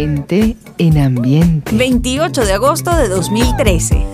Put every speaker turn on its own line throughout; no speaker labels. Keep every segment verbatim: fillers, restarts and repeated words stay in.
Gente en ambiente.
veintiocho de agosto de dos mil trece.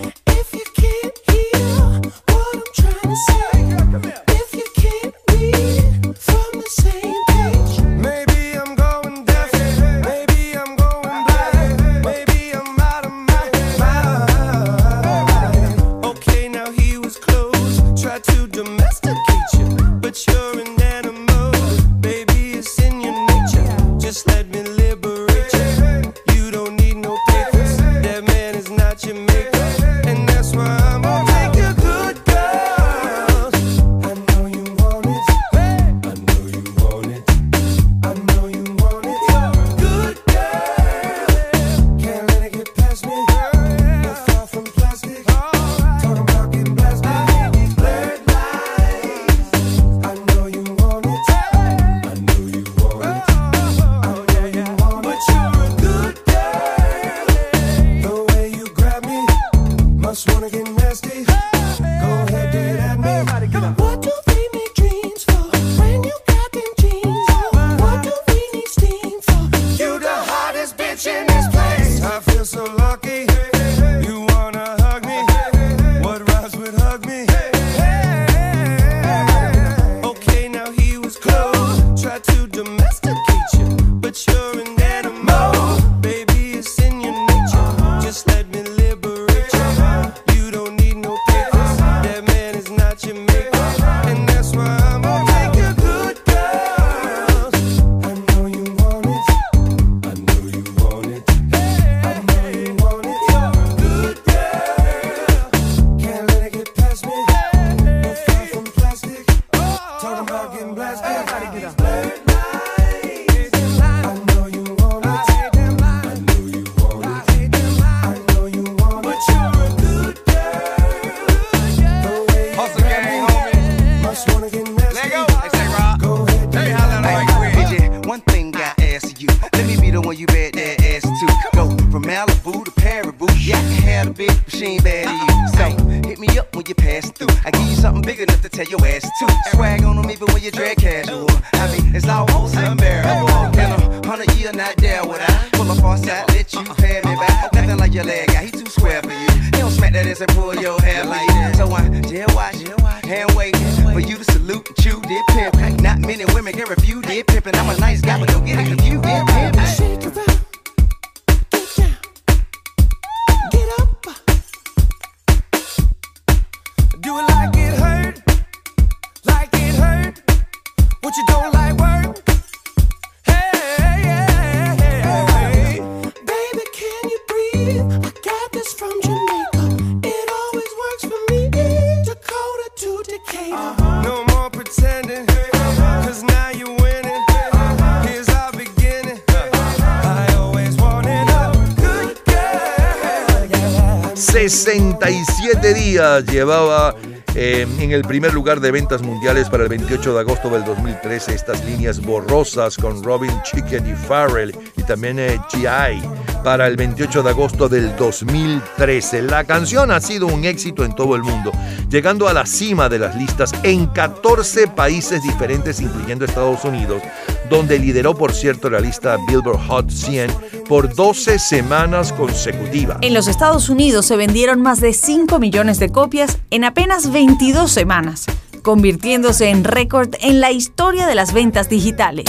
sesenta y siete días llevaba eh, en el primer lugar de ventas mundiales para el veintiocho de agosto del dos mil trece estas líneas borrosas con Robin, Chicken y Pharrell, y también eh, G I para el veintiocho de agosto del dos mil trece. La canción ha sido un éxito en todo el mundo, llegando a la cima de las listas en catorce países diferentes, incluyendo Estados Unidos, donde lideró, por cierto, la lista Billboard Hot cien por doce semanas consecutivas.
En los Estados Unidos se vendieron más de cinco millones de copias en apenas veintidós semanas, convirtiéndose en récord en la historia de las ventas digitales.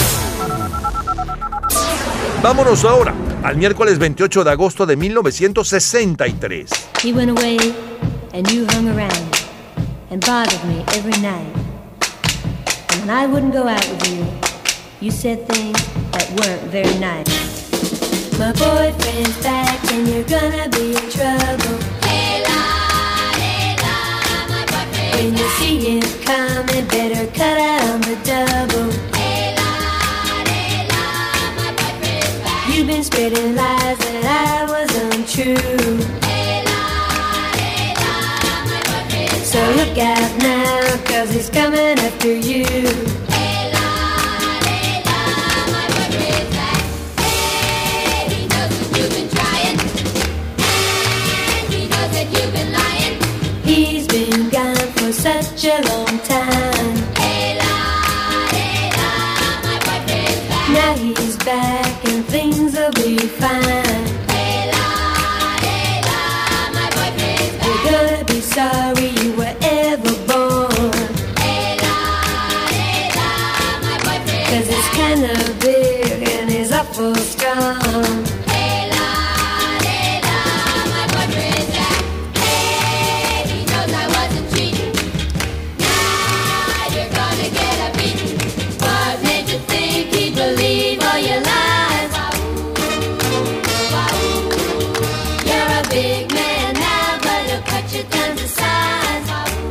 Vámonos ahora al miércoles veintiocho de agosto de mil novecientos sesenta y tres.
He went away and you hung around and bothered me every night. And when I wouldn't go out with you, you said things that weren't very nice. My boyfriend's back and you're gonna be in trouble. Hey la, hey la, my boyfriend. When you see him coming, better cut out on the double. Hey la, hey la, my boyfriend's back. You've been spreading lies that I was untrue. Hey la, hey la, my boyfriend's so back. Look out now, cause he's coming after you. Such a long time. Hey la, hey la, my boyfriend's back. Now he's back and things will be you find? You're gonna be sorry you were ever born. 'Cause it's kinda big and he's awful strong.
Believe all your lies. You're a big man now, but he'll cut you down to size.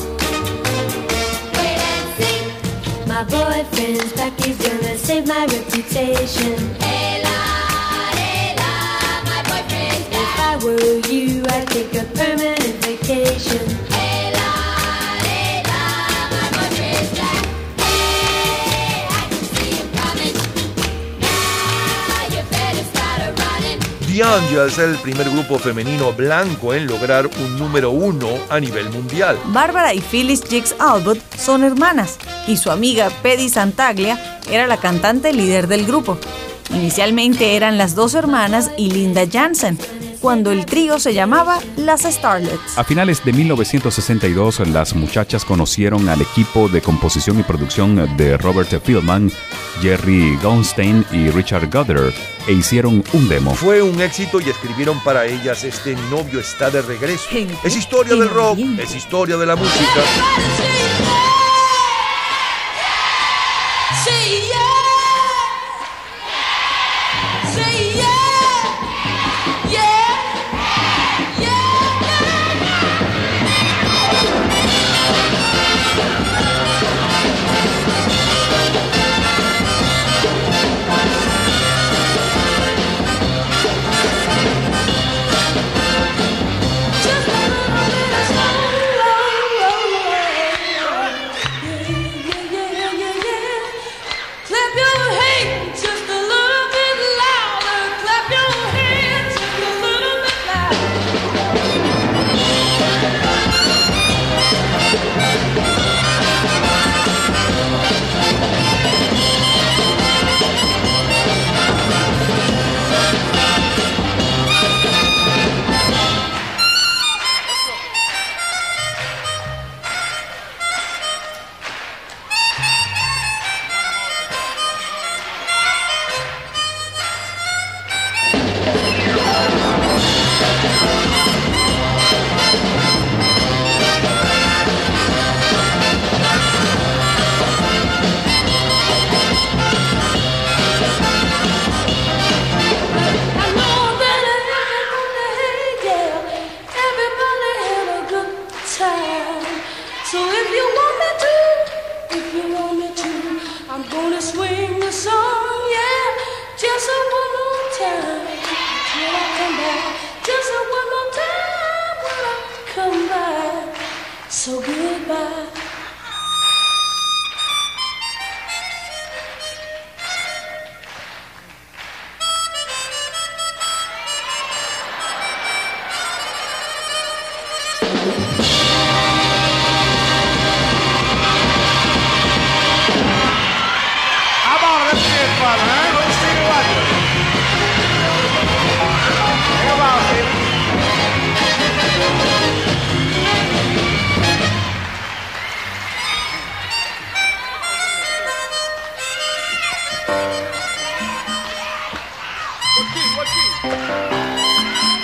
Wait and see.
My boyfriend's back, he's gonna save my reputation.
Hey la, hey la, my boyfriend's back.
If I were you, I'd take a permanent vacation.
Hey la, hey la, my boyfriend's back. Hey, I can see him coming. Now you better start running.
The Angels es el primer grupo femenino blanco en lograr un número uno a nivel mundial.
Barbara y Phyllis Jiggs Albott son hermanas y su amiga Peggy Santaglia era la cantante líder del grupo. Inicialmente eran las dos hermanas y Linda Jansen, cuando el trío se llamaba las Starlets.
A finales de mil novecientos sesenta y dos, las muchachas conocieron al equipo de composición y producción de Robert Feldman, Jerry Goldstein y Richard Goddard e hicieron un demo.
Fue un éxito y escribieron para ellas este Mi novio está de regreso.
Gente
Es historia
en
del rock,
ambiente.
es historia de la música.
Say yeah. Say yeah. Yeah. Yeah. Just a little bit of slow. Yeah, yeah, yeah, yeah. Clap your hands just a little bit louder. Clap your hands just a little bit louder. I know that everybody, yeah, everybody had a good time. So if you want me to, if you want me to, I'm gonna swing the song, yeah, just a one more time. Till I come back, just a one more time when I come back. So goodbye.
How about let's see it, brother, huh? Let's see you like it. Think about it, baby. What key? What key?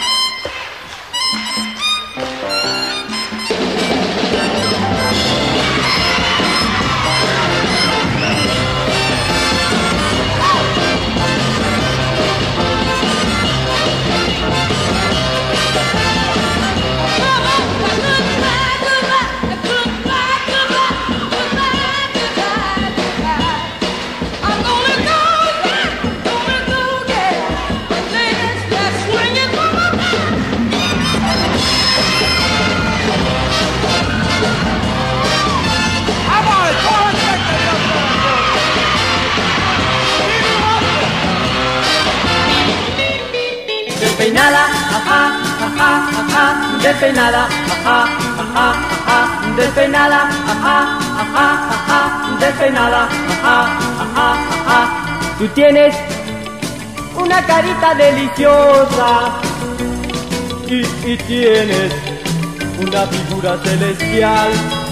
Despeinada, ajá, ajá, ajá, despeinada, ajá, ajá, ajá, despeinada, ajá, ajá, ajá, despeinada, ajá, ajá, ajá. Tú tienes una carita deliciosa y, y tienes una figura celestial.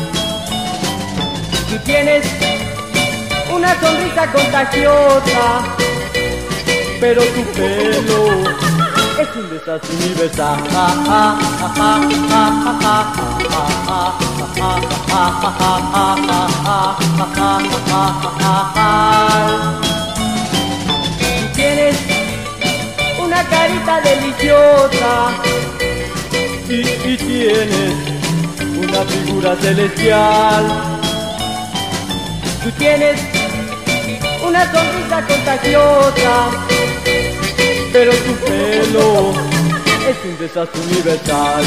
Tú tienes una sonrisa contagiosa, pero tu pelo es un desastre universal. Tú tienes una carita deliciosa y, y tienes una figura celestial. Tú tienes una sonrisa contagiosa, pero tu pelo es un desastre universal.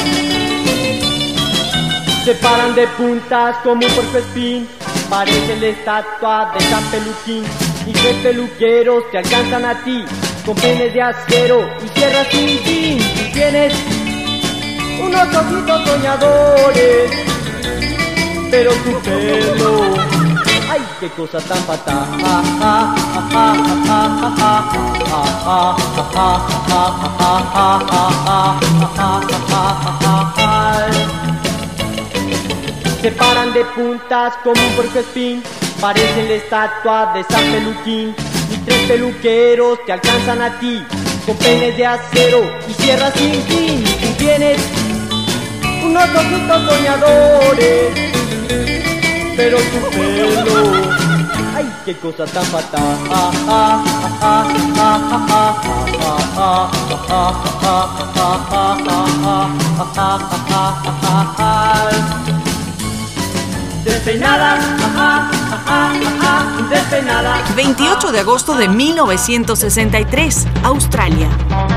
Se paran de puntas como un puercoespín, parece la estatua de San Peluquín. Y tres peluqueros te alcanzan a ti con peines de acero y sierras sin fin. Tú tienes unos ojitos soñadores, pero tu pelo, ay, qué cosa tan fatal. Se paran de puntas como un puercoespín, parecen la estatua de San Peluquín. Y tres peluqueros te alcanzan a ti con peines de acero y sierras sin fin. Tú tienes unos ojitos soñadores, pero tu pelo, ay, qué cosa tan fatal. Despeinada, ajá, ajá, ajá, despeinada.
veintiocho de agosto de mil novecientos sesenta y tres, Australia.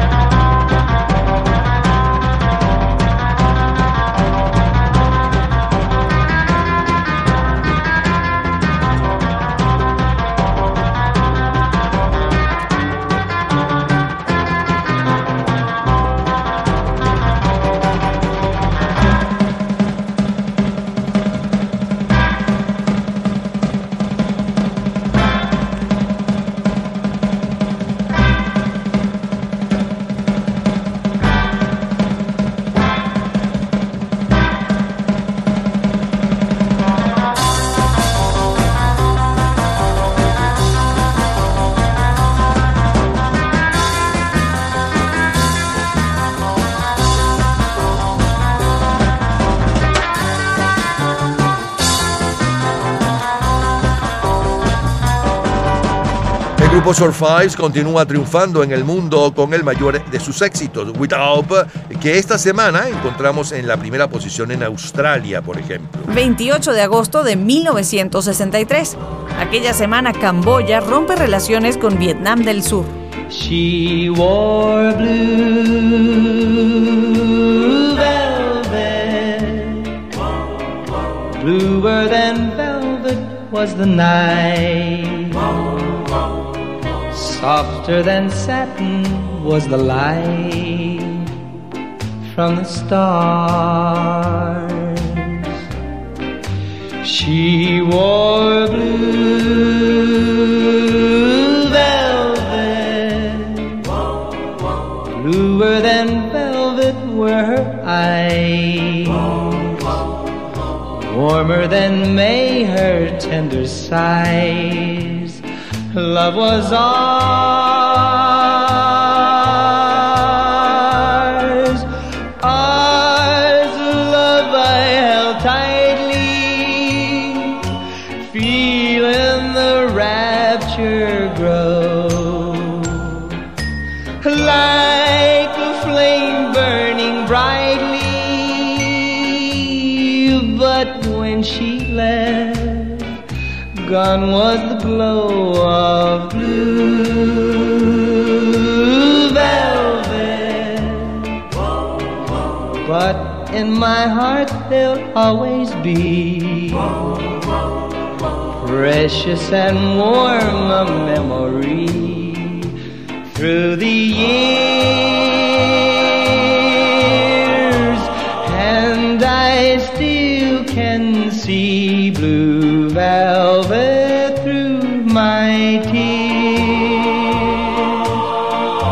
El grupo Survive continúa triunfando en el mundo con el mayor de sus éxitos, Without, que esta semana encontramos en la primera posición en Australia, por ejemplo.
veintiocho de agosto de mil novecientos sesenta y tres. Aquella semana Camboya rompe relaciones con Vietnam del Sur.
She wore blue velvet, bluer than velvet was the night. Softer than satin was the light from the stars. She wore blue velvet, bluer than velvet were her eyes, warmer than May her tender sighs. Love was ours, ours, love I held tightly, feeling the rapture grow, like a flame burning brightly. But when she left, gone was the glow of blue velvet, but in my heart there'll always be precious and warm a memory through the years, and I still can see blue velvet through my tears.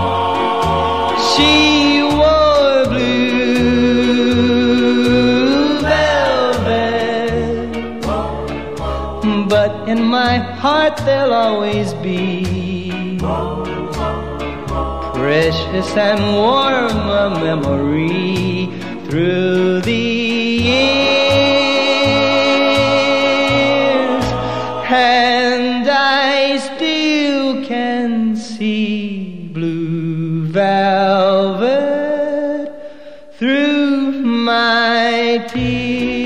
but in my heart they'll always be precious and warm a memory through the years, and I still can see blue velvet through my tears.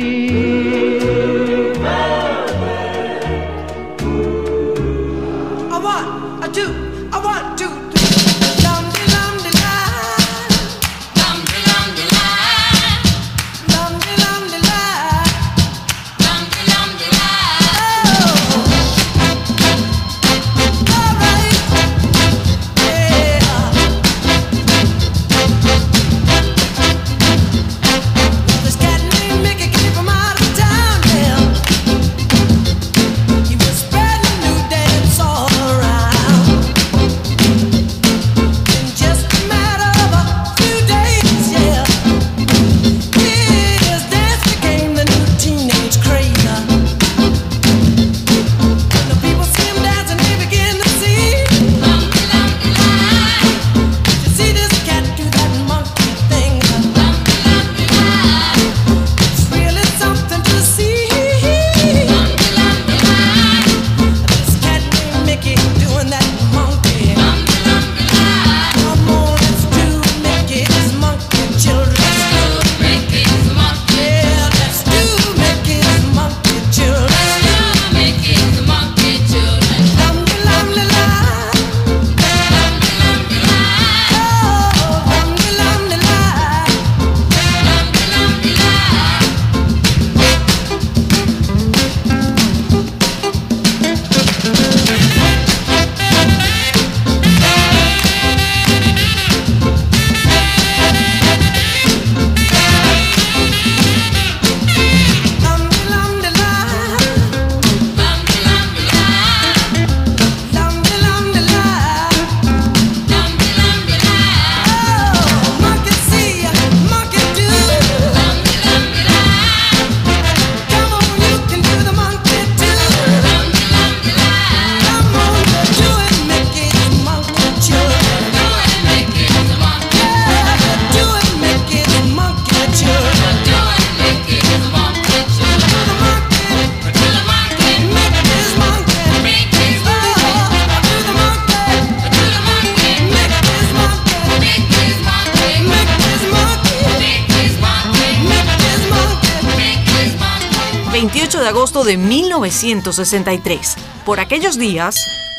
veintiocho de agosto de mil novecientos sesenta y tres. Por aquellos días,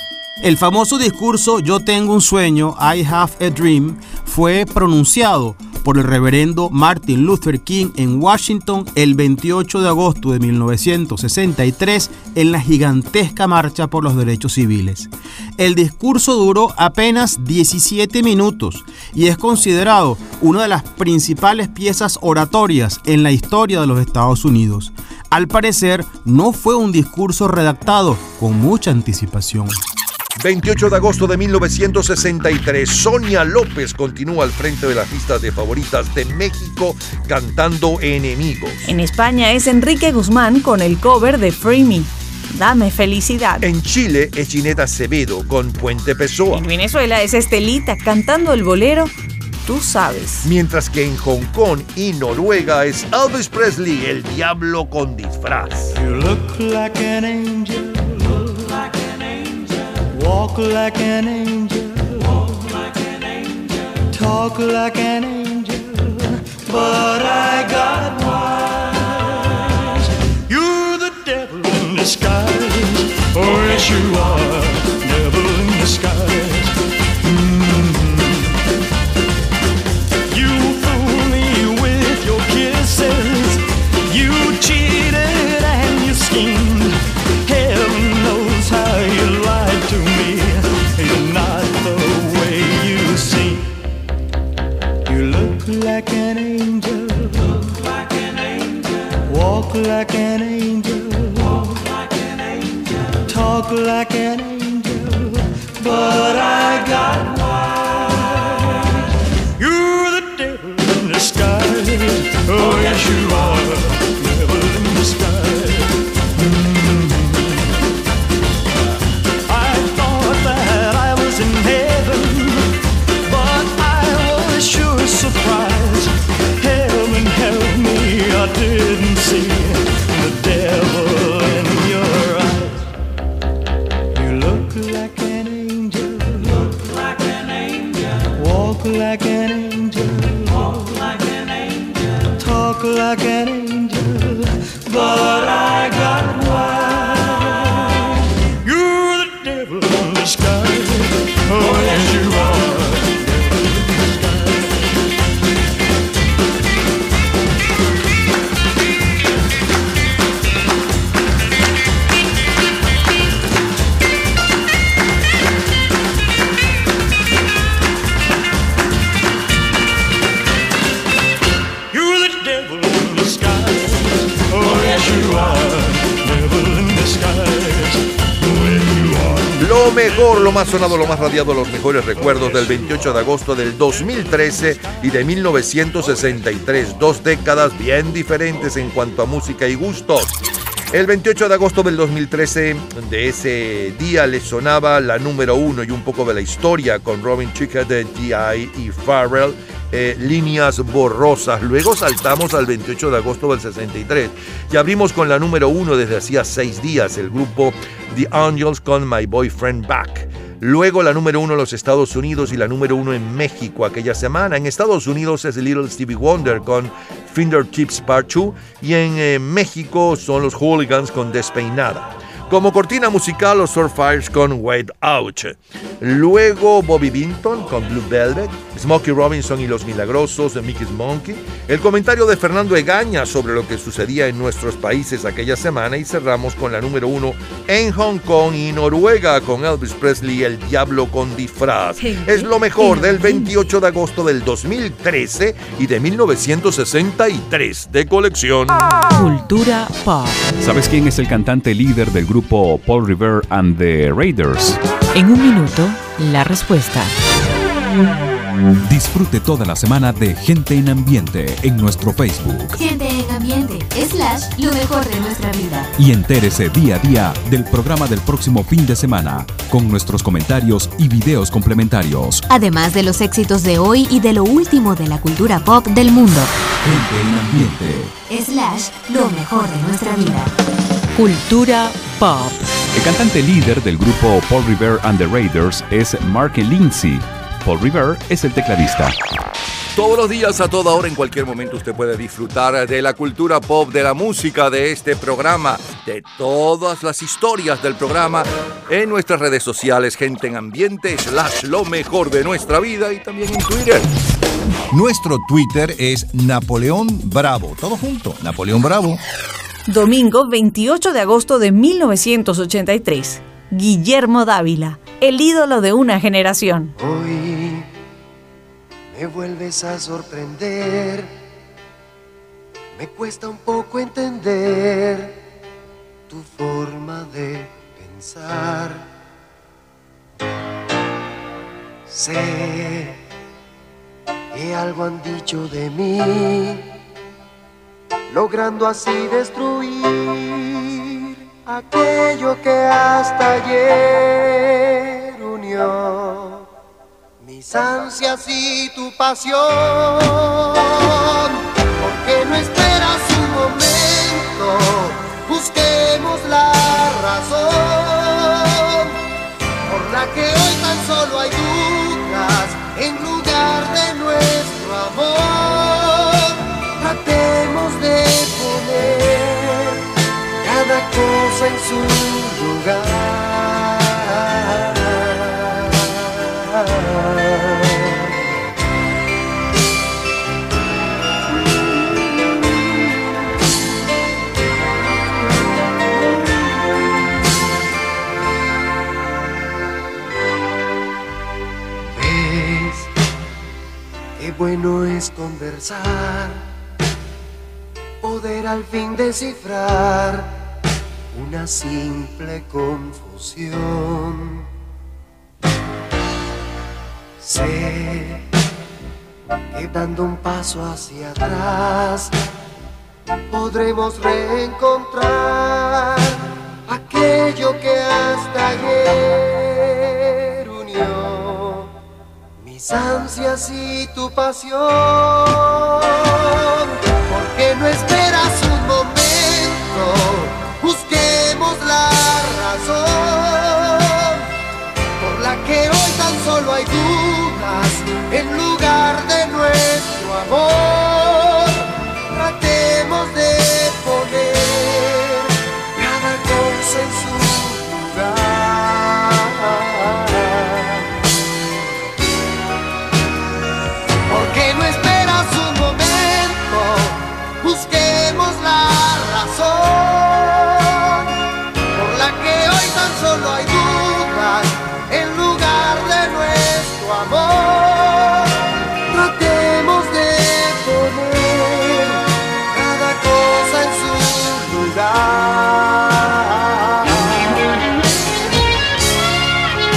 el famoso discurso Yo tengo un sueño, I have a dream, fue pronunciado por el reverendo Martin Luther King en Washington el veintiocho de agosto de mil novecientos sesenta y tres en la gigantesca marcha por los derechos civiles. El discurso duró apenas diecisiete minutos y es considerado una de las principales piezas oratorias en la historia de los Estados Unidos. Al parecer, no fue un discurso redactado con mucha anticipación.
veintiocho de agosto de mil novecientos sesenta y tres, Sonia López continúa al frente de las listas de favoritas de México cantando Enemigos.
En España es Enrique Guzmán con el cover de Free Me, Dame Felicidad.
En Chile es Ginette Acevedo con Puente Pessoa.
En Venezuela es Estelita cantando el bolero Tú Sabes.
Mientras que en Hong Kong y Noruega es Elvis Presley, El Diablo con Disfraz.
You look like an angel. Walk like an angel, walk like an angel, talk like an angel, but I got wise. You're the devil in disguise, oh yes you are, devil in disguise. Mm-hmm. You fool me with your kisses, you cheated and you schemed. Heaven knows how you lied to me. You're not the way you seem. You look like an angel. Look like an angel. Walk like an angel. Walk like an angel. Talk like an angel. But I got wise. You're the devil in disguise. Oh yes you are. Devil in disguise. Mm-hmm.
Lo mejor, lo más sonado, lo más radiado, los mejores recuerdos del veintiocho de agosto del dos mil trece y de mil novecientos sesenta y tres. Dos décadas bien diferentes en cuanto a música y gustos. El veintiocho de agosto del dos mil trece, de ese día le sonaba la número uno y un poco de la historia con Robin Thicke de G I y Pharrell, eh, Líneas Borrosas. Luego saltamos al veintiocho de agosto del sesenta y tres y abrimos con la número uno desde hacía seis días, el grupo The Angels con My Boyfriend Back. Luego la número uno en los Estados Unidos y la número uno en México aquella semana. En Estados Unidos es Little Stevie Wonder con Fingertips Part dos y en eh, México son los Hooligans con Despeinada. Como cortina musical, los Surfires con Wade Out. Luego Bobby Vinton con Blue Velvet, Smokey Robinson y Los Milagrosos de Mickey's Monkey, el comentario de Fernando Egaña sobre lo que sucedía en nuestros países aquella semana y cerramos con la número uno en Hong Kong y Noruega con Elvis Presley, El Diablo con Disfraz. Es lo mejor del veintiocho de agosto del dos mil trece y de mil novecientos sesenta y tres de colección.
Cultura pop.
¿Sabes quién es el cantante líder del grupo Paul Revere and the Raiders?
En un minuto, la respuesta.
Disfrute toda la semana de Gente en Ambiente en nuestro Facebook.
Gente en Ambiente, slash, lo mejor de nuestra vida.
Y entérese día a día del programa del próximo fin de semana, con nuestros comentarios y videos complementarios.
Además de los éxitos de hoy y de lo último de la cultura pop del mundo.
Gente en Ambiente,
slash, lo mejor de nuestra vida.
Cultura pop.
El cantante líder del grupo Paul Revere and the Raiders es Mark Lindsay. Paul Revere es el tecladista.
Todos los días, a toda hora, en cualquier momento, usted puede disfrutar de la cultura pop, de la música, de este programa, de todas las historias del programa en nuestras redes sociales, Gente en Ambiente, slash lo mejor de nuestra vida y también en Twitter.
Nuestro Twitter es Napoleón Bravo. Todo junto, Napoleón Bravo.
Domingo veintiocho de agosto de mil novecientos ochenta y tres. Guillermo Dávila, el ídolo de una generación.
Hoy me vuelves a sorprender. Me cuesta un poco entender tu forma de pensar. Sé que algo han dicho de mí, logrando así destruir aquello que hasta ayer unió mis ansias y tu pasión. ¿Por qué no esperas un momento? Busquemos la razón por la que hoy tan solo hay dudas en lugar de nuestro amor. Tratemos de poner cada cosa en su lugar. ¿Ves qué bueno es conversar? Poder al fin descifrar una simple confusión. Sé que dando un paso hacia atrás podremos reencontrar aquello que hasta ayer unió mis ansias y tu pasión. ¿Por qué no esperas un momento? Busquemos la razón por la que hoy tan solo hay dudas en lugar de nuestro amor. Tratemos de poner cada cosa en su lugar. ¿Por qué no esperas un momento? Busquemos la razón por la que hoy tan solo hay dudas en lugar de nuestro amor. Tratemos de poner cada cosa en su lugar.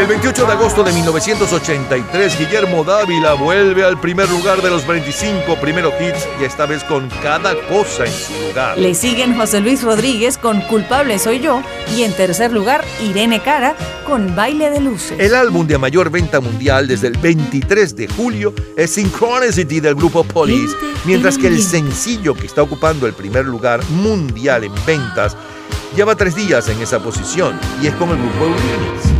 veintiocho de agosto de mil novecientos ochenta y tres, Guillermo Dávila vuelve al primer lugar de los veinticinco primeros hits y esta vez con Cada cosa en su lugar.
Le siguen José Luis Rodríguez con Culpable soy yo y en tercer lugar Irene Cara con Baile de luces.
El álbum de mayor venta mundial desde el veintitrés de julio es Synchronicity del grupo Police, mientras que el sencillo que está ocupando el primer lugar mundial en ventas lleva tres días en esa posición y es con el grupo Eurythmics.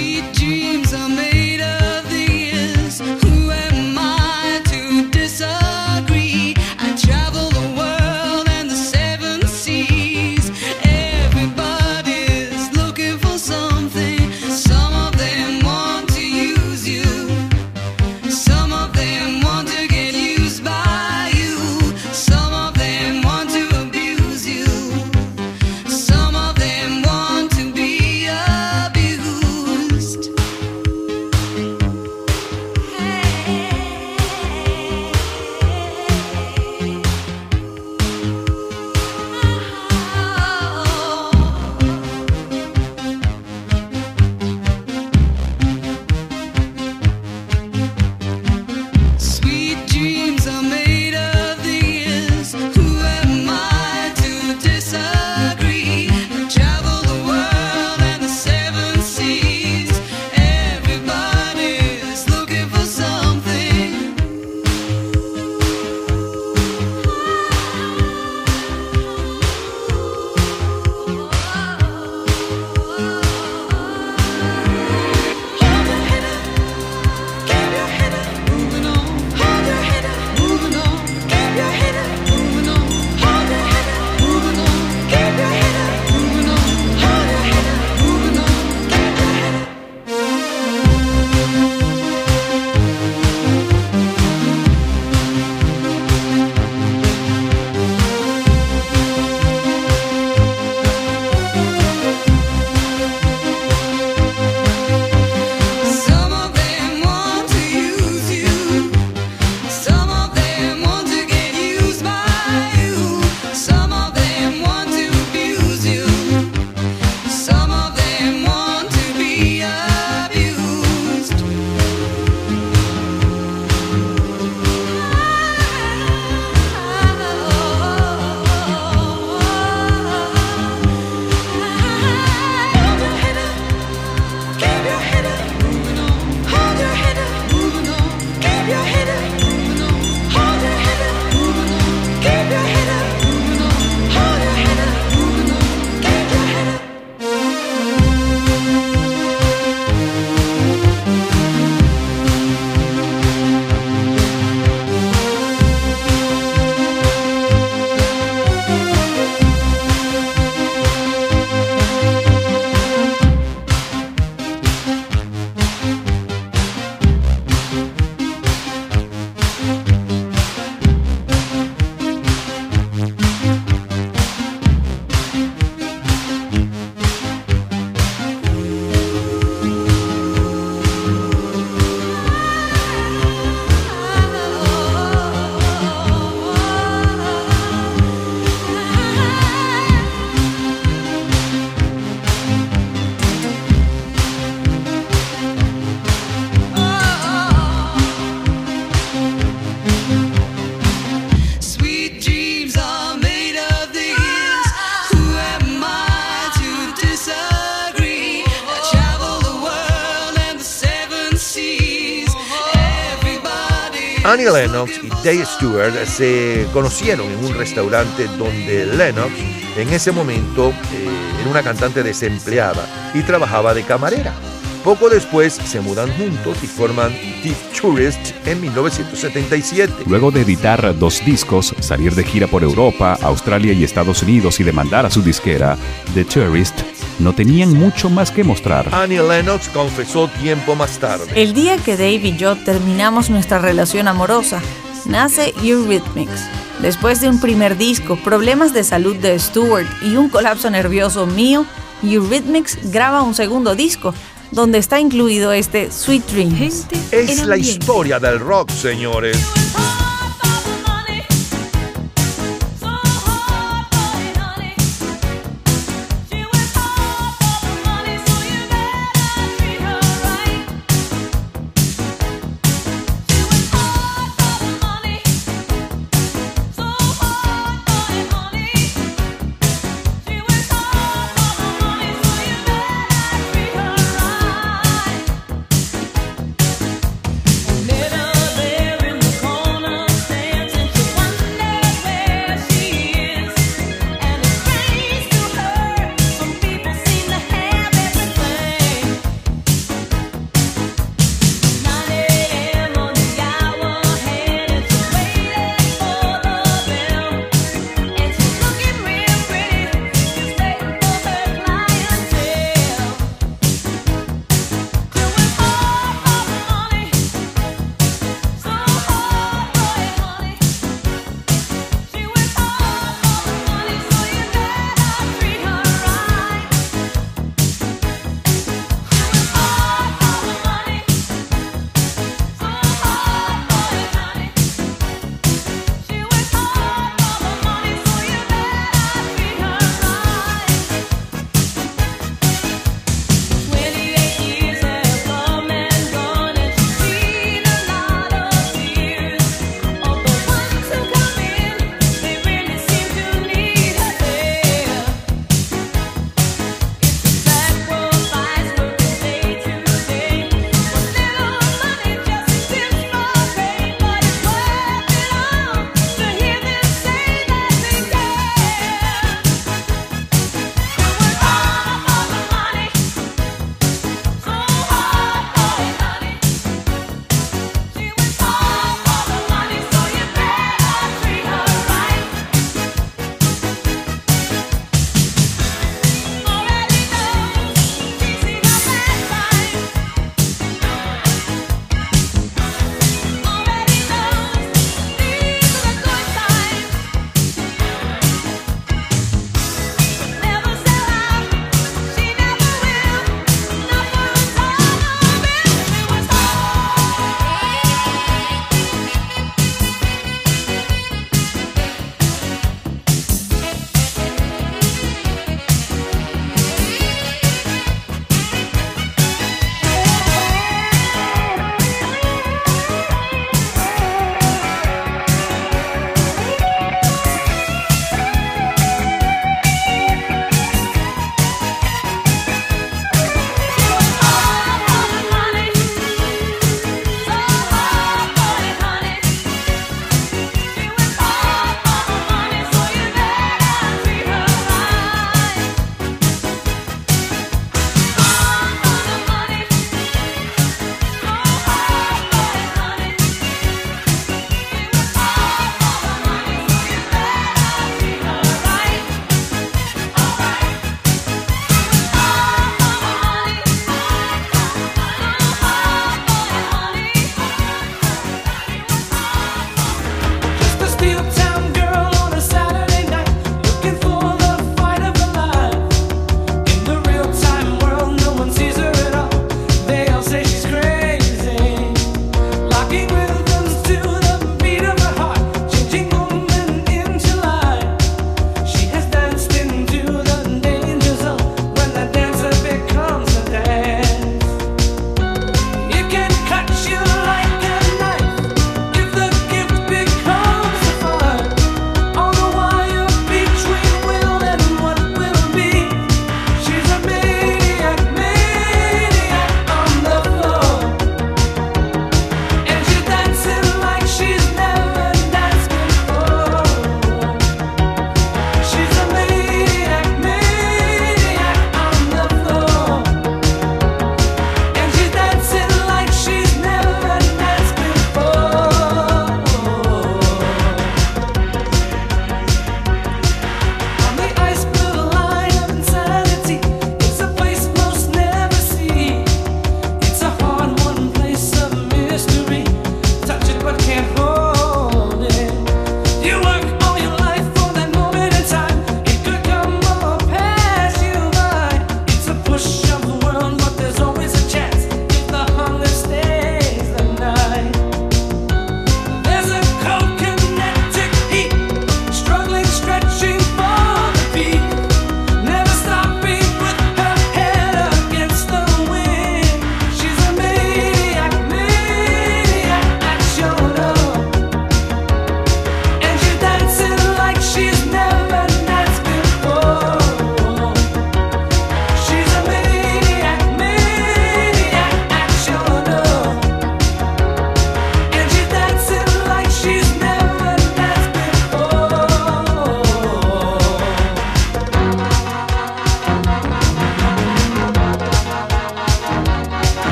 Annie Lennox y Dave Stewart se conocieron en un restaurante donde Lennox en ese momento eh, era una cantante desempleada y trabajaba de camarera. Poco después se mudan juntos y forman The Tourist en mil novecientos setenta y siete.
Luego de editar dos discos, salir de gira por Europa, Australia y Estados Unidos y demandar a su disquera, The Tourist, no tenían mucho más que mostrar.
Annie Lennox confesó tiempo más tarde:
el día que Dave y yo terminamos nuestra relación amorosa, nace Eurythmics. Después de un primer disco, problemas de salud de Stewart y un colapso nervioso mío, Eurythmics graba un segundo disco, donde está incluido este Sweet Dreams.
Es la historia del rock, señores.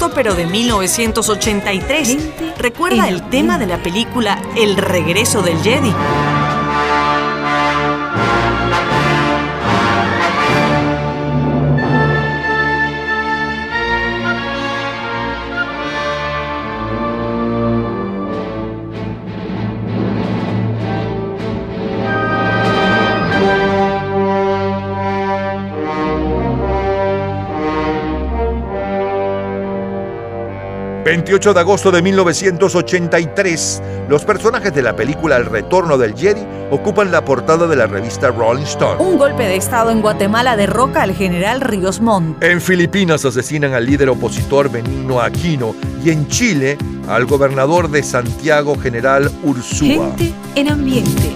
agosto, pero de mil novecientos ochenta y tres. ¿Recuerda el tema de la película El regreso del Jedi?
veintiocho de agosto de mil novecientos ochenta y tres, los personajes de la película El retorno del Jedi ocupan la portada de la revista Rolling Stone.
Un golpe de estado en Guatemala derroca al general Ríos Montt.
En Filipinas asesinan al líder opositor Benigno Aquino y en Chile al gobernador de Santiago, general Ursúa.
Gente en ambiente.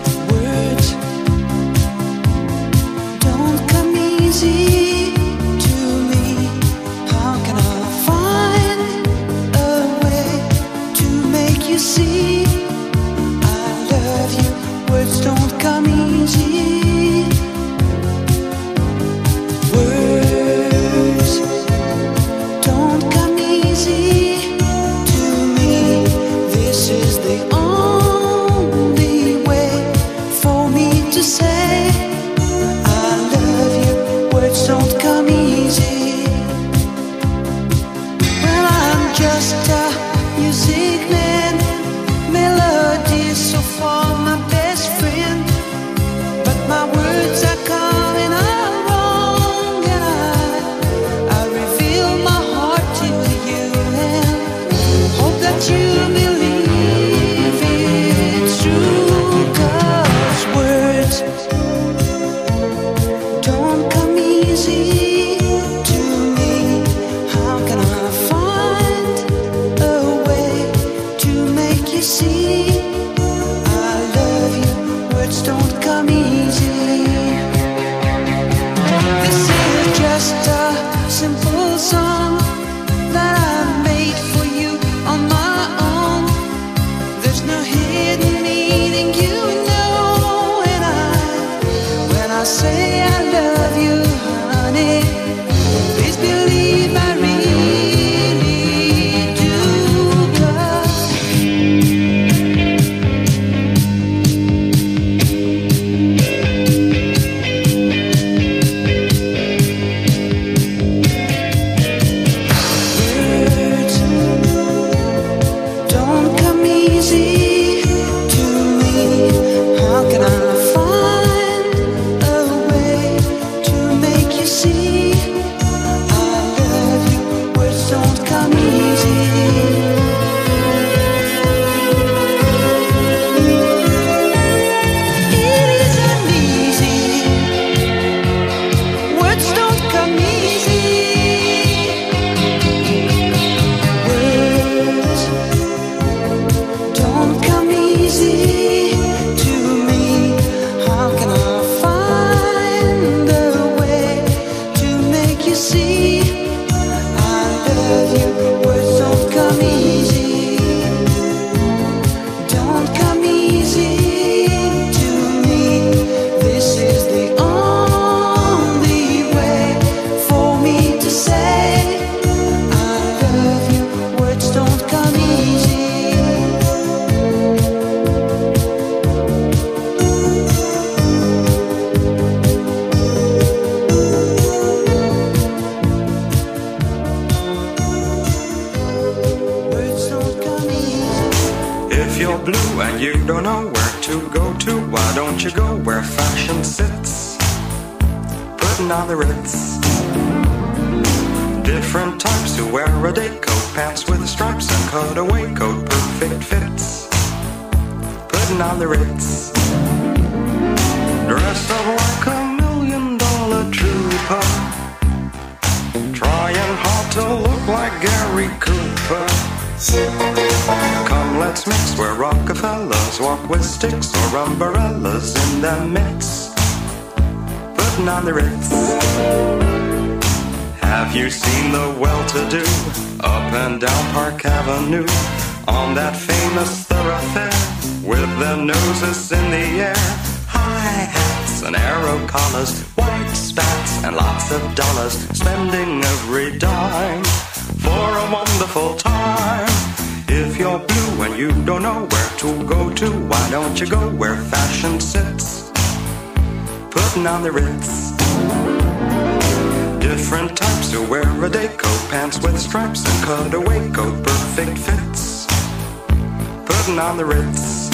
for a wonderful time. If you're blue and you don't know where to go to, why don't you go where fashion sits? Putting on the Ritz. Different types who wear a day coat, pants with stripes and cutaway coat, perfect fits. Putting on the Ritz.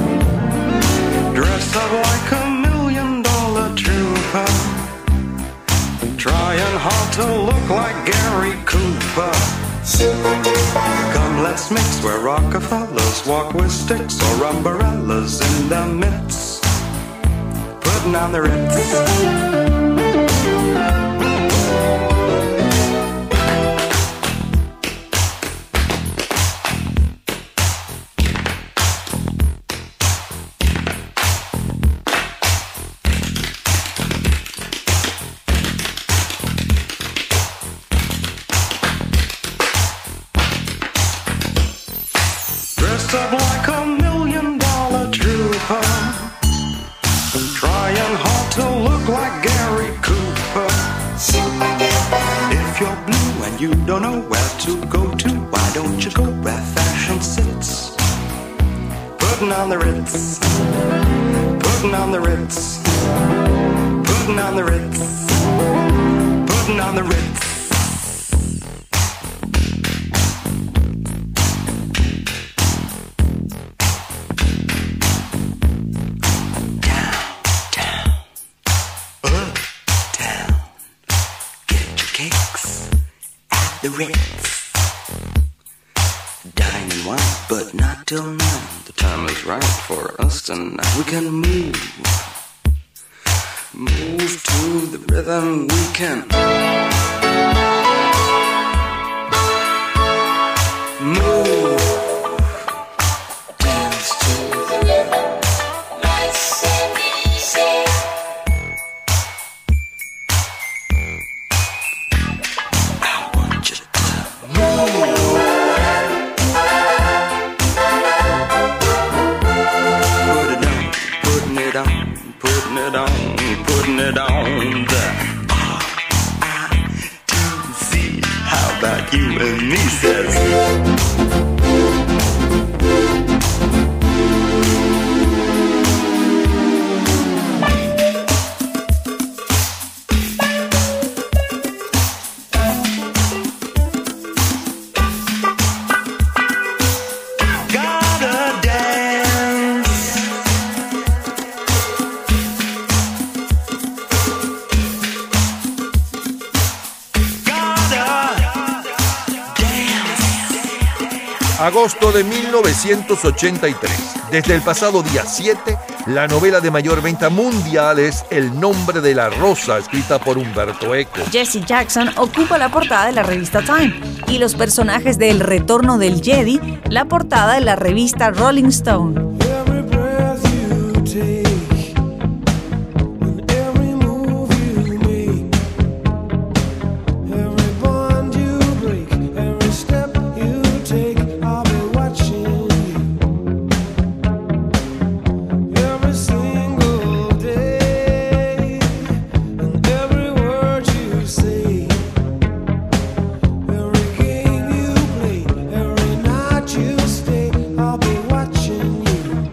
Dress up like a million dollar trooper, trying hard to look like Gary Cooper. Come, let's mix where Rockefellers walk with sticks or umbrellas in the midst. Putting on the Ritz. Up like a million dollar trooper, trying hard to look like Gary Cooper. If you're blue and you don't know where to go to, why don't you go where fashion sits? Putting on the Ritz, putting on the Ritz, putting on the Ritz, putting on the Ritz. The Ritz. Dine and wine, but not till nine. The time is right for us tonight. We can move, move to the rhythm. We can move, dance to the rhythm. Nice and easy. Putting it on, putting it on the R I T C. How about you and me, says
Agosto de mil novecientos ochenta y tres. Desde el pasado día siete, la novela de mayor venta mundial es El nombre de la rosa, escrita por Humberto Eco.
Jesse Jackson ocupa la portada de la revista Time y los personajes de El retorno del Jedi, la portada de la revista Rolling Stone.
I'll be watching you.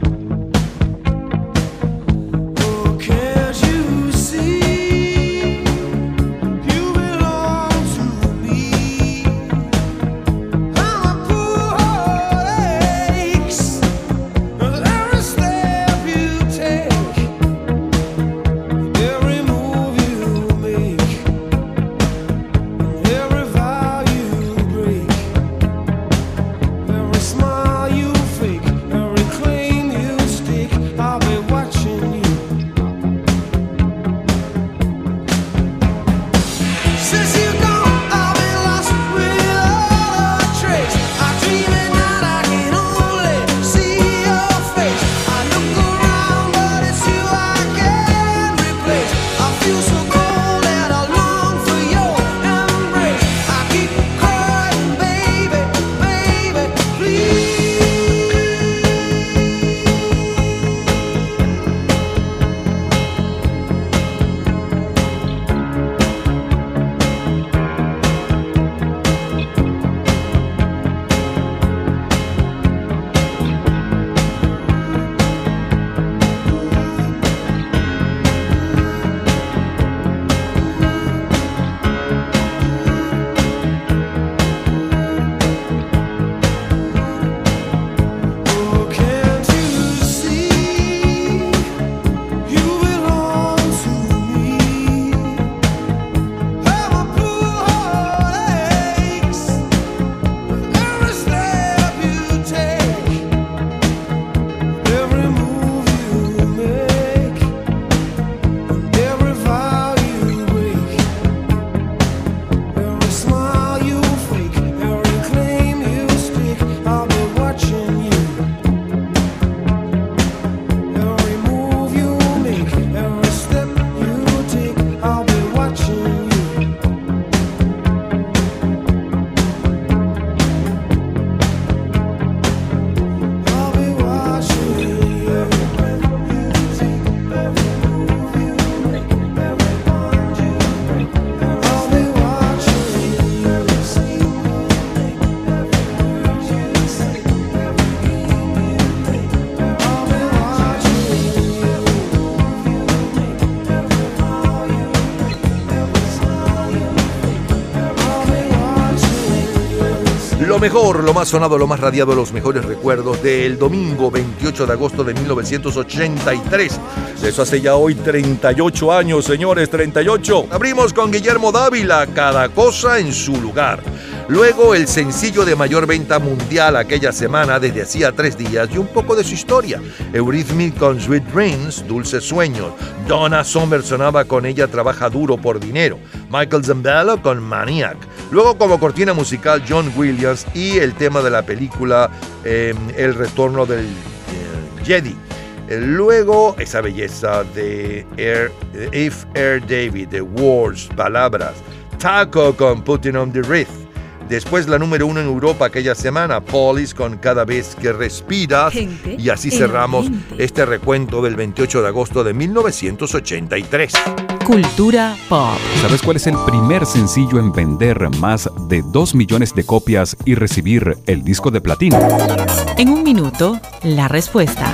Lo mejor, lo más sonado, lo más radiado, los mejores recuerdos del domingo veintiocho de agosto de mil novecientos ochenta y tres. Eso hace ya hoy treinta y ocho años, señores, treinta y ocho. Abrimos con Guillermo Dávila, Cada cosa en su lugar. Luego el sencillo de mayor venta mundial aquella semana desde hacía tres días y un poco de su historia. Eurythmics con Sweet Dreams, Dulces Sueños. Donna Summer sonaba con Ella Trabaja Duro por Dinero. Michael Zambello con Maniac. Luego como cortina musical John Williams y el tema de la película eh, El Retorno del eh, Jedi. Luego esa belleza de Air, If Air David, The Words, Palabras. Taco con Putting on the Wreath. Después la número uno en Europa aquella semana, Police con Cada vez que respiras.
Gente
y así
en
cerramos
ambiente.
este recuento del veintiocho de agosto de mil novecientos ochenta y tres.
Cultura pop.
¿Sabes cuál es el primer sencillo en vender más de dos millones de copias y recibir el disco de platino?
En un minuto, la respuesta.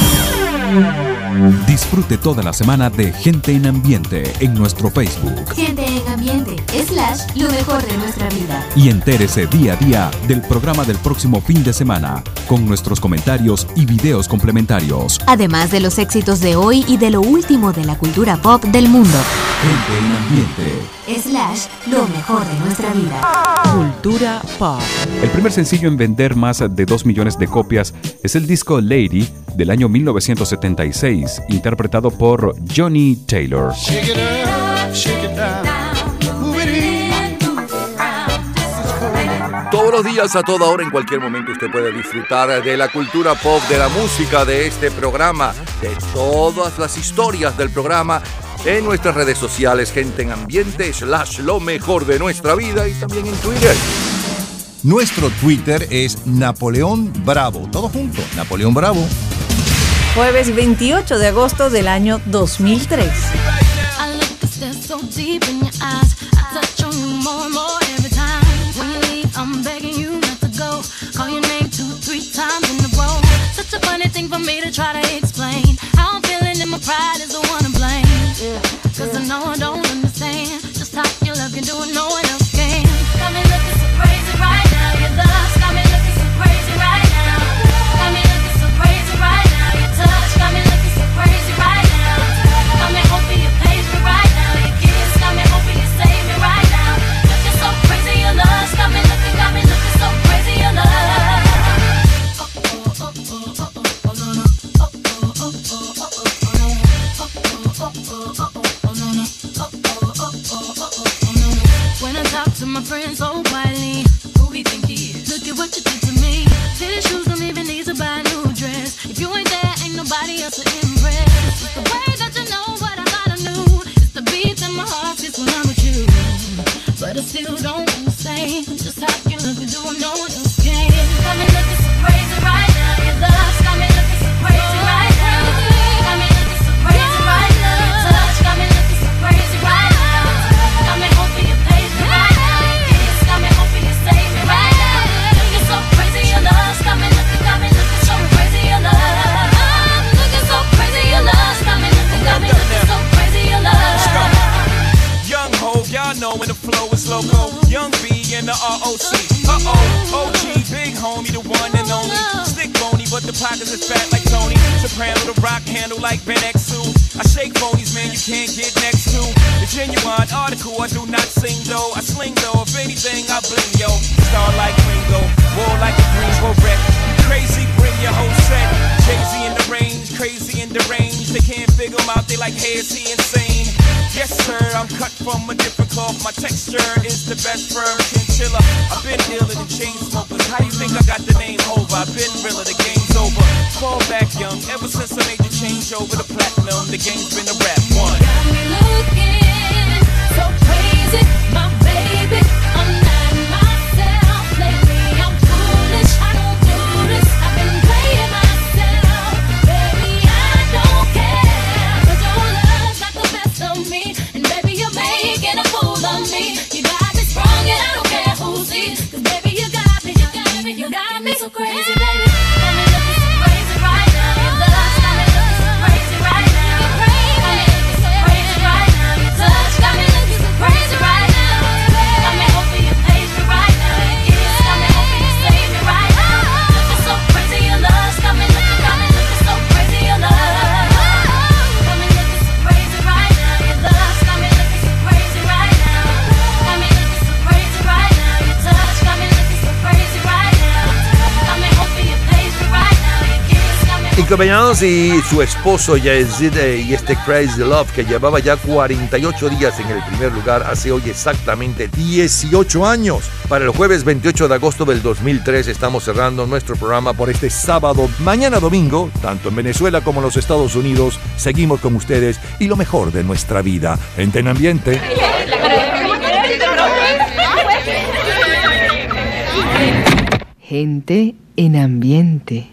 Disfrute toda la semana de Gente en Ambiente en nuestro Facebook
Gente en Ambiente, slash, lo mejor de nuestra vida.
y entérese día a día del programa del próximo fin de semana con nuestros comentarios y videos complementarios.
Además de los éxitos de hoy y de lo último de la cultura pop del mundo.
Gente en Ambiente.
Slash, lo mejor de nuestra vida.
Cultura pop.
El primer sencillo en vender más de dos millones de copias es el disco Lady del año mil novecientos setenta y seis, interpretado por Johnny Taylor.
Shake it up, shake it down, move it in.
Todos los días, a toda hora, en cualquier momento, usted puede disfrutar de la cultura pop, de la música, de este programa, de todas las historias del programa en nuestras redes sociales, Gente en Ambiente, slash lo mejor de nuestra vida, y también en Twitter.
Nuestro Twitter es Napoleón Bravo. Todo junto, Napoleón Bravo.
Jueves veintiocho de agosto del año dos mil tres.
I look to stare so deep in your eyes. I touch on you more and more every time. When you leave, I'm begging you not to go. Call your name two, three times in a row. Such a funny thing for me to try to explain. How I'm feeling and my pride is the one to blame. Yeah. Cause I know I don't understand just how your love can do it, no one else can. Got me looking so crazy right now. Your love's got me looking so crazy right now. Got me looking so crazy right now. Your touch got me looking so crazy right now. Got me hoping you page me right now. Your kiss got me hoping you save me right now. Looking so crazy, your love's got me looking, got me looking so crazy, your love. When I talk to my friends so quietly, who we think he is? Look at what you did to me. Tennis shoes don't even need to buy a new dress. If you ain't there, ain't nobody else to impress. It's the way that you know what I thought I knew. It's the beat that my heart gets when I'm with you. But I still don't understand just how you look and do what no one else can. Got me looking so crazy right now. Your love's got me looking so crazy right now. Got me looking so crazy right now. Your touch got me looking so crazy right now. Got me hoping you page me right now. Your kiss got me hoping you save me right now. Looking so crazy, your love's got me looking, got me looking so crazy, your love. Looking so crazy, your love's got me looking, got me looking so crazy, your love.
Young ho, y'all know when the flow is loco. Young B and the R O C. Uh-oh, O G, big homie, the one and only. Stick bony, but the pockets is fat like Tony. Soprano, the rock handle like Ben X two. I shake phonies, man, you can't get next to. The genuine article, I do not sing though. I sling though, if anything, I bling yo. Star like Ringo, war like a Greensboro wreck. Crazy, bring your whole set. Jay-Z in the range, crazy in the range. They can't figure him out, they like, hey, is he insane? Yes, sir, I'm cut from a different cloth. My texture is the best firm chinchilla. I've been dealing in chain smokers. How you think I got the name over? I've been realer, the game's over. Fall back young, ever since I made the change over to platinum, the game's been a rap one.
Got me looking so crazy, my baby. I'm not myself lately. I'm foolish, I don't do this. I've been playing myself, baby. I don't care. 'Cause your love's got the best of me, and baby you're making a fool of me. You got me sprung, and I don't care who sees. 'Cause baby you got me, you got me, you got me so crazy, baby. Got me looking so crazy right now. Your love's got me looking so crazy right now. Got me looking so crazy right now. Your touch got me looking so crazy right now.
Nico Beñanos y su esposo Yazid y este Crazy Love, que llevaba ya cuarenta y ocho días en el primer lugar hace hoy exactamente dieciocho años. Para el jueves veintiocho de agosto del dos mil tres estamos cerrando nuestro programa por este sábado. Mañana domingo, tanto en Venezuela como en los Estados Unidos, seguimos con ustedes y lo mejor de nuestra vida. Gente en Ambiente.
Gente en Ambiente.